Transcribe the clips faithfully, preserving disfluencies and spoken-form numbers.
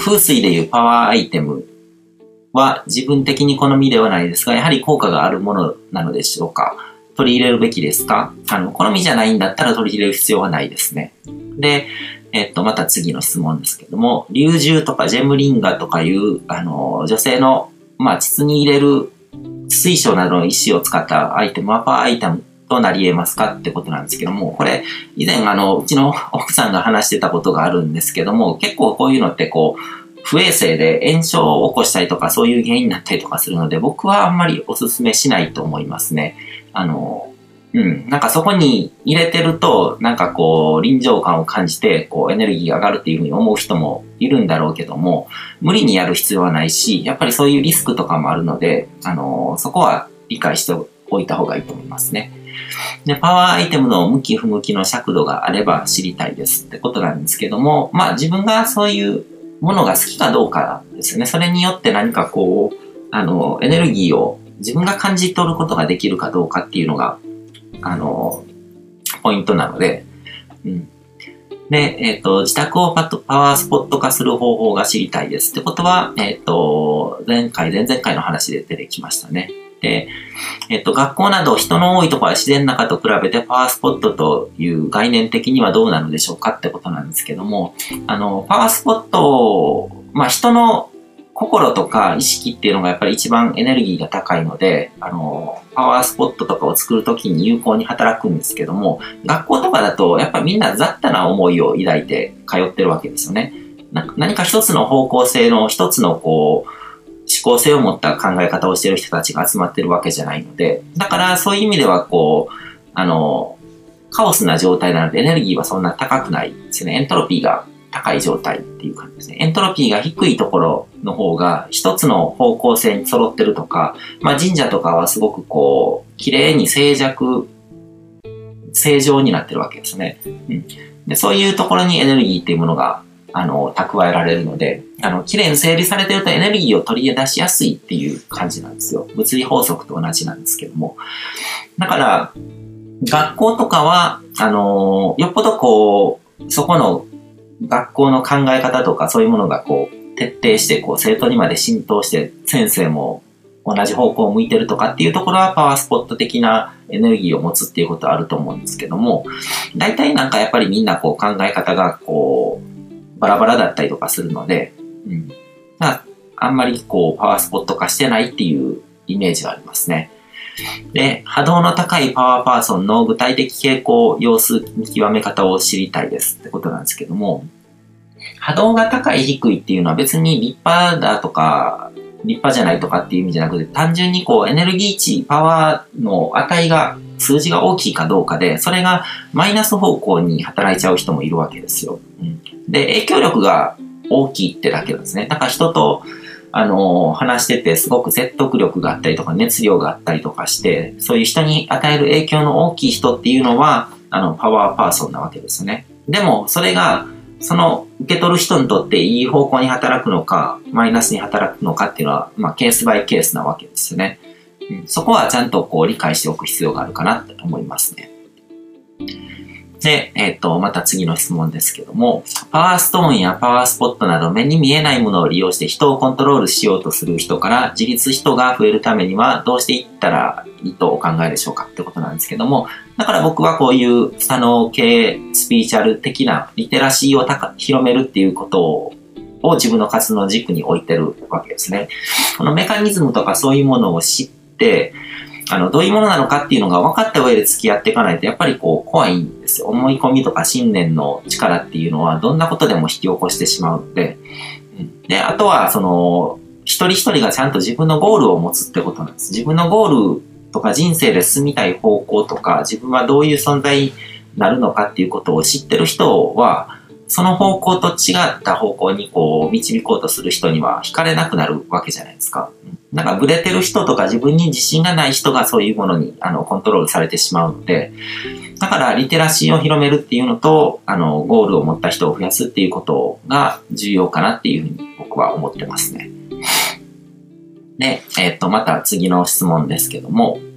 風水でいうパワーアイテムは自分的に好みではないですが、やはり効果があるものなのでしょうか？取り入れるべきですか？あの、好みじゃないんだったら取り入れる必要はないですね。で、えっと、また次の質問ですけども、龍獣とかジェムリンガとかいう、あの、女性の、まあ、膣に入れる水晶などの石を使ったアイテムはパワーアイテムとなり得ますかってことなんですけども、これ、以前あの、うちの奥さんが話してたことがあるんですけども、結構こういうのってこう、不衛生で炎症を起こしたりとかそういう原因になったりとかするので、僕はあんまりお勧めしないと思いますね。あの、うん。なんかそこに入れてると、なんかこう、臨場感を感じて、こう、エネルギーが上がるっていうふうに思う人もいるんだろうけども、無理にやる必要はないし、やっぱりそういうリスクとかもあるので、あの、そこは理解しておいた方がいいと思いますね。で、パワーアイテムの向き不向きの尺度があれば知りたいですってことなんですけども、まあ自分がそういうものが好きかどうかですよね。それによって何かこう、あの、エネルギーを自分が感じ取ることができるかどうかっていうのが、あの、ポイントなので、うん。で、えっと、自宅をパパワースポット化する方法が知りたいです。ってことは、えっと、前回、前々回の話で出てきましたね。で、えっと、学校など人の多いところは自然の中と比べてパワースポットという概念的にはどうなのでしょうかってことなんですけども、あの、パワースポット、まあ、人の心とか意識っていうのがやっぱり一番エネルギーが高いので、あの、パワースポットとかを作るときに有効に働くんですけども、学校とかだとやっぱりみんな雑多な思いを抱いて通ってるわけですよね。な何か一つの方向性の一つのこう、思考性を持った考え方をしている人たちが集まってるわけじゃないので、だからそういう意味ではこう、あの、カオスな状態なのでエネルギーはそんな高くないですね。エントロピーが高い状態っていう感じですね。エントロピーが低いところの方が一つの方向性に揃ってるとか、まあ神社とかはすごくこう、綺麗に静寂、正常になってるわけですね。うん。で、そういうところにエネルギーっていうものが、あの、蓄えられるので、あの、綺麗に整理されてるとエネルギーを取り出しやすいっていう感じなんですよ。物理法則と同じなんですけども。だから、学校とかは、あの、よっぽどこう、そこの学校の考え方とかそういうものがこう徹底してこう生徒にまで浸透して先生も同じ方向を向いてるとかっていうところはパワースポット的なエネルギーを持つっていうことはあると思うんですけども、大体なんかやっぱりみんなこう考え方がこうバラバラだったりとかするので、うん、まあ、あんまりこうパワースポット化してないっていうイメージはありますね。で、波動の高いパワーパーソンの具体的傾向、様子、見極め方を知りたいですってことなんですけども、波動が高い低いっていうのは別に立派だとか、立派じゃないとかっていう意味じゃなくて、単純にこうエネルギー値、パワーの値が、数字が大きいかどうかで、それがマイナス方向に働いちゃう人もいるわけですよ。うん、で、影響力が大きいってだけなんですね。だから人と、あの、話しててすごく説得力があったりとか熱量があったりとかして、そういう人に与える影響の大きい人っていうのは、あの、パワーパーソンなわけですね。でも、それが、その受け取る人にとっていい方向に働くのか、マイナスに働くのかっていうのは、まあ、ケースバイケースなわけですよね。うん、そこはちゃんとこう理解しておく必要があるかなって思いますね。で、えっと、また次の質問ですけども、パワーストーンやパワースポットなど目に見えないものを利用して人をコントロールしようとする人から自立人が増えるためにはどうしていったらいいとお考えでしょうかってことなんですけども、だから僕はこういう左脳系スピーチャル的なリテラシーを高広めるっていうことをを自分の活動の軸に置いてるわけですね。このメカニズムとかそういうものを知って、あの、どういうものなのかっていうのが分かった上で付き合っていかないと、やっぱりこう、怖いんですよ。思い込みとか信念の力っていうのは、どんなことでも引き起こしてしまうので、で、あとは、その、一人一人がちゃんと自分のゴールを持つってことなんです。自分のゴールとか人生で進みたい方向とか、自分はどういう存在になるのかっていうことを知ってる人は、その方向と違った方向にこう導こうとする人には惹かれなくなるわけじゃないですか。なんかブレてる人とか自分に自信がない人がそういうものにあのコントロールされてしまうので、だからリテラシーを広めるっていうのと、あのゴールを持った人を増やすっていうことが重要かなっていうふうに僕は思ってますね。で、えっと、また次の質問ですけども、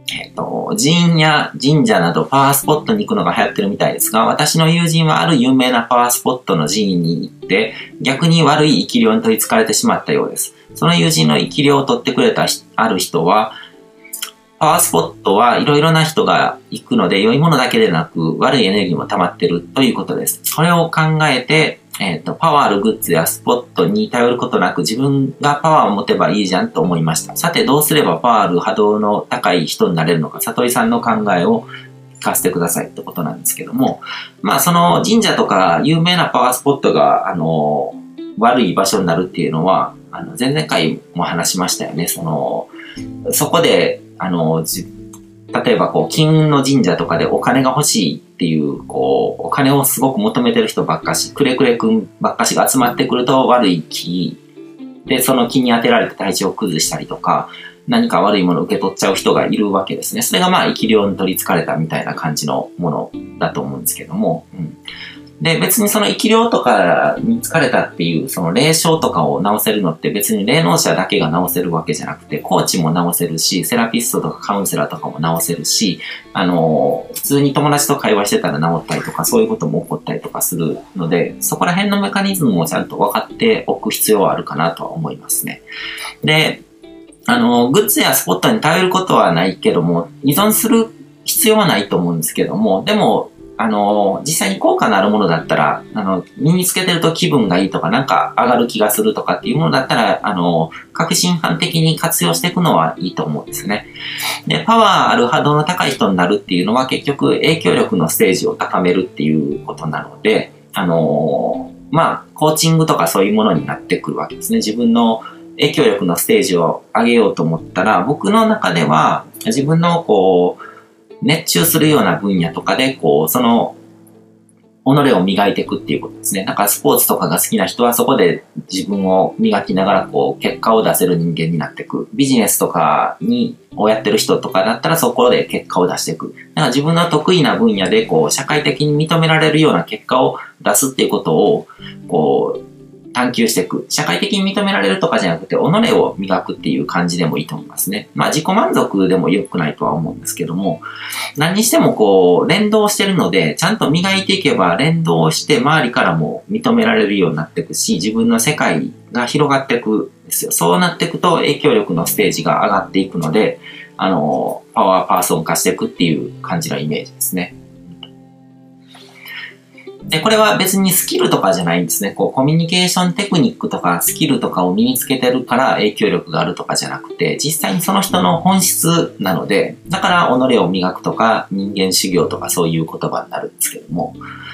えっと、寺院や神社などパワースポットに行くのが流行ってるみたいですが、私の友人はある有名なパワースポットの寺院に行って、逆に悪い生き量に取り憑かれてしまったようです。その友人の生き量を取ってくれたある人は、パワースポットはいろいろな人が行くので、良いものだけでなく悪いエネルギーも溜まってるということです。それを考えて、えっと、パワーあるグッズやスポットに頼ることなく自分がパワーを持てばいいじゃんと思いました。さて、どうすればパワーある波動の高い人になれるのか、悟りさんの考えを聞かせてくださいってことなんですけども、まあ、その神社とか有名なパワースポットが、あの、悪い場所になるっていうのは、あの、前々回も話しましたよね。その、そこで、あの、じ例えばこう、金運の神社とかでお金が欲しいっていう、こう、お金をすごく求めてる人ばっかし、くれくれくんばっかしが集まってくると悪い気で、その気に当てられて体調を崩したりとか、何か悪いものを受け取っちゃう人がいるわけですね。それがまあ、生き量に取り憑かれたみたいな感じのものだと思うんですけども、うん。で、別にその生き量とかに疲れたっていう、その霊障とかを治せるのって別に霊能者だけが治せるわけじゃなくて、コーチも治せるし、セラピストとかカウンセラーとかも治せるし、あの、普通に友達と会話してたら治ったりとか、そういうことも起こったりとかするので、そこら辺のメカニズムをちゃんと分かっておく必要はあるかなとは思いますね。で、あの、グッズやスポットに頼ることはないけども、依存する必要はないと思うんですけども、でも、あの、実際に効果のあるものだったら、あの、身につけてると気分がいいとか、なんか上がる気がするとかっていうものだったら、あの、革新犯的に活用していくのはいいと思うんですね。で、パワーある波動の高い人になるっていうのは結局影響力のステージを高めるっていうことなので、あの、まあ、コーチングとかそういうものになってくるわけですね。自分の影響力のステージを上げようと思ったら、僕の中では自分のこう、熱中するような分野とかで、こう、その、己を磨いていくっていうことですね。なんかスポーツとかが好きな人はそこで自分を磨きながら、こう、結果を出せる人間になっていく。ビジネスとかに、をやってる人とかだったらそこで結果を出していく。だから自分の得意な分野で、こう、社会的に認められるような結果を出すっていうことを、こう、探求していく。社会的に認められるとかじゃなくて、己を磨くっていう感じでもいいと思いますね。まあ自己満足でも良くないとは思うんですけども、何にしてもこう、連動してるので、ちゃんと磨いていけば連動して周りからも認められるようになっていくし、自分の世界が広がっていくんですよ。そうなっていくと影響力のステージが上がっていくので、あの、パワーパーソン化していくっていう感じのイメージですね。で、これは別にスキルとかじゃないんですね。こう、コミュニケーションテクニックとかスキルとかを身につけてるから影響力があるとかじゃなくて、実際にその人の本質なので、だから己を磨くとか人間修行とかそういう言葉になるんですけども。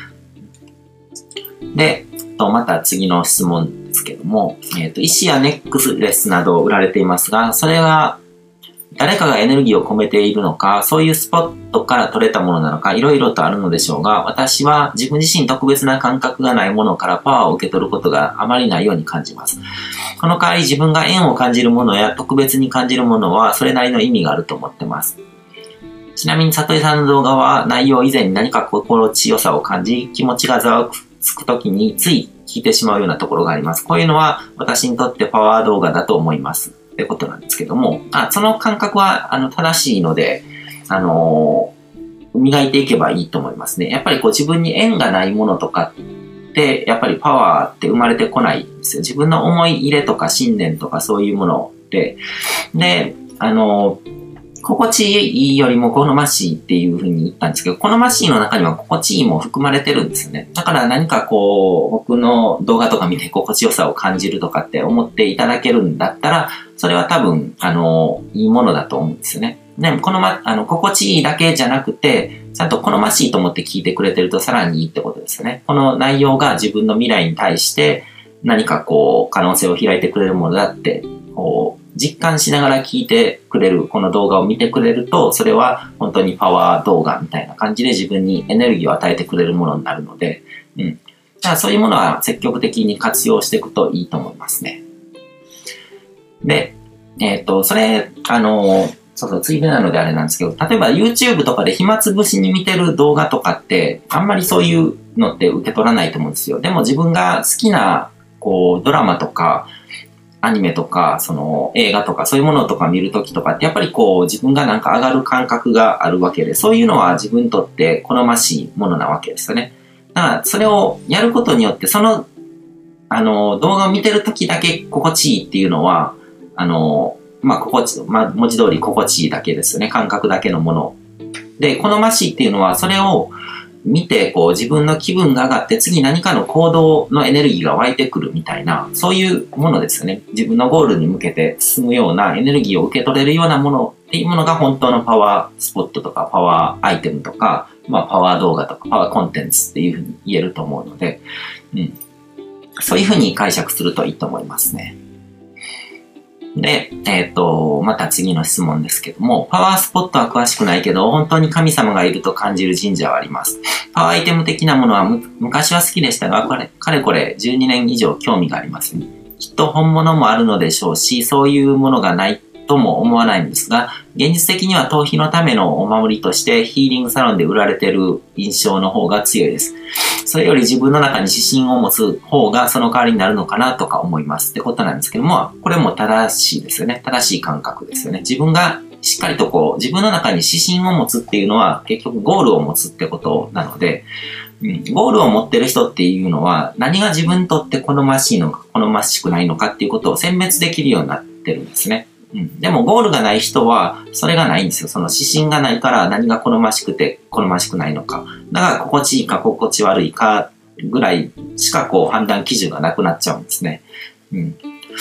で、とまた次の質問ですけども、えっと、石やネックレスなどを売られていますが、それは誰かがエネルギーを込めているのか、そういうスポットから取れたものなのか、いろいろとあるのでしょうが、私は自分自身特別な感覚がないものからパワーを受け取ることがあまりないように感じます。この代わり自分が縁を感じるものや特別に感じるものはそれなりの意味があると思ってます。ちなみに里井さんの動画は内容以前に何か心地よさを感じ、気持ちがざわつくときについ聞いてしまうようなところがあります。こういうのは私にとってパワー動画だと思います。ってことなんですけども、あその感覚はあの正しいので、あのー、磨いていけばいいと思いますね。やっぱりこう自分に縁がないものとかって、やっぱりパワーって生まれてこないんですよ。自分の思い入れとか信念とかそういうもので、で、あのー、心地いいよりも好ましいっていうふうに言ったんですけど、好ましいの中には心地いいも含まれてるんですよね。だから何かこう、僕の動画とか見て心地よさを感じるとかって思っていただけるんだったら、それは多分、あの、いいものだと思うんですよね。でも、このま、あの、心地いいだけじゃなくて、ちゃんと好ましいと思って聞いてくれてるとさらにいいってことですよね。この内容が自分の未来に対して何かこう、可能性を開いてくれるものだって、こう、実感しながら聞いてくれる、この動画を見てくれると、それは本当にパワー動画みたいな感じで自分にエネルギーを与えてくれるものになるので、うん。だからそういうものは積極的に活用していくといいと思いますね。で、えっと、それ、あの、そうそう、ついでなのであれなんですけど、例えば YouTube とかで暇つぶしに見てる動画とかって、あんまりそういうのって受け取らないと思うんですよ。でも自分が好きな、こう、ドラマとか、 アニメとか、その映画とかそういうものとか見るときとかって、やっぱりこう自分がなんか上がる感覚があるわけで、そういうのは自分にとって好ましいものなわけですよね。だからそれをやることによって、その、あの、動画を見てるときだけ心地いいっていうのは、あの、まあ、心地、まあ、文字通り心地いいだけですよね。感覚だけのもの。で、好ましいっていうのは、それを見て、こう、自分の気分が上がって、次何かの行動のエネルギーが湧いてくるみたいな、そういうものですよね。自分のゴールに向けて進むようなエネルギーを受け取れるようなものっていうものが本当のパワースポットとか、パワーアイテムとか、まあ、パワー動画とか、パワーコンテンツっていうふうに言えると思うので、うん。そういうふうに解釈するといいと思いますね。で、えっと、また次の質問ですけども、パワースポットは詳しくないけど、本当に神様がいると感じる神社はあります。パワーアイテム的なものは昔は好きでしたが、これ、かれこれじゅうにねん以上興味がありますね。きっと本物もあるのでしょうし、そういうものがないとも思わないんですが、現実的には頭皮のためのお守りとしてヒーリングサロンで売られている印象の方が強いです。それより自分の中に指針を持つ方がその代わりになるのかなとか思いますってことなんですけども、これも正しいですよね。正しい感覚ですよね。自分がしっかりとこう、自分の中に指針を持つっていうのは結局ゴールを持つってことなので、うん、ゴールを持ってる人っていうのは何が自分にとって好ましいのか好ましくないのかっていうことを選別できるようになってるんですね。うん、でもゴールがない人はそれがないんですよ。その指針がないから何が好ましくて好ましくないのか。だから心地いいか心地悪いかぐらいしかこう判断基準がなくなっちゃうんですね。うん、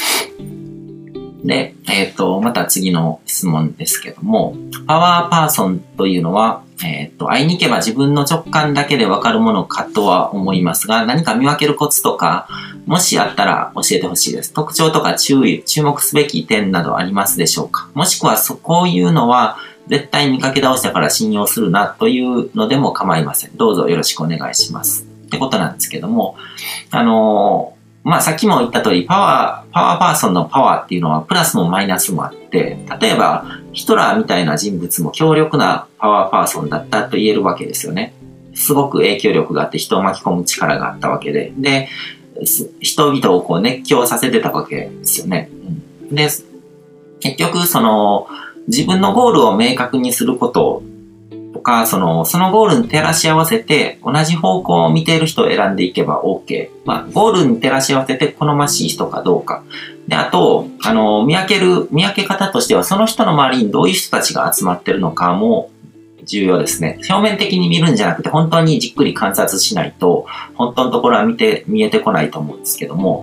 で、えっと、また次の質問ですけども、パワーパーソンというのは、えっと、会いに行けば自分の直感だけでわかるものかとは思いますが、何か見分けるコツとか、もしあったら教えてほしいです。特徴とか注意、注目すべき点などありますでしょうか？もしくは、そこういうのは絶対見かけ倒したから信用するなというのでも構いません。どうぞよろしくお願いします。ってことなんですけども、あのー、まあ、さっきも言った通り、パワー、パワーパーソンのパワーっていうのはプラスもマイナスもあって、例えば、ヒトラーみたいな人物も強力なパワーパーソンだったと言えるわけですよね。すごく影響力があって人を巻き込む力があったわけで、で、人々をこう熱狂させてたわけですよね。うん、で、結局、その、自分のゴールを明確にすることとか、その、そのゴールに照らし合わせて、同じ方向を見ている人を選んでいけば OK。まあ、ゴールに照らし合わせて好ましい人かどうか。で、あと、あの、見分ける、見分け方としては、その人の周りにどういう人たちが集まってるのかも重要ですね。表面的に見るんじゃなくて、本当にじっくり観察しないと、本当のところは見て、見えてこないと思うんですけども、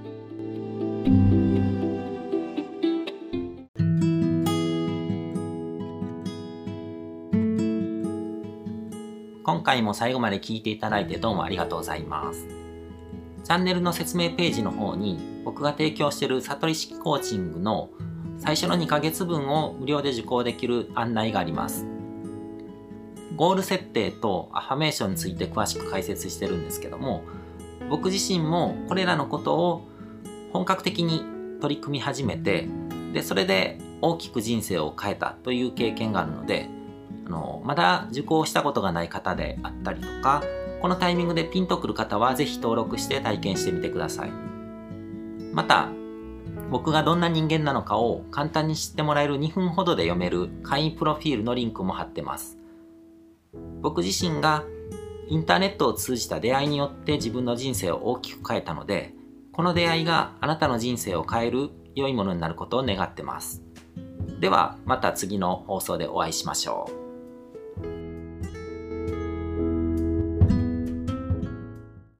今回も最後まで聞いていただいてどうもありがとうございます。チャンネルの説明ページの方に僕が提供している悟り式コーチングの最初のにかげつぶんを無料で受講できる案内があります。ゴール設定とアファメーションについて詳しく解説してるんですけども、僕自身もこれらのことを本格的に取り組み始めて、でそれで大きく人生を変えたという経験があるので、あのまだ受講したことがない方であったりとか、このタイミングでピンとくる方はぜひ登録して体験してみてください。また、僕がどんな人間なのかを簡単に知ってもらえるにふんほどで読める会員プロフィールのリンクも貼ってます。僕自身がインターネットを通じた出会いによって自分の人生を大きく変えたので、この出会いがあなたの人生を変える良いものになることを願ってます。ではまた次の放送でお会いしましょう。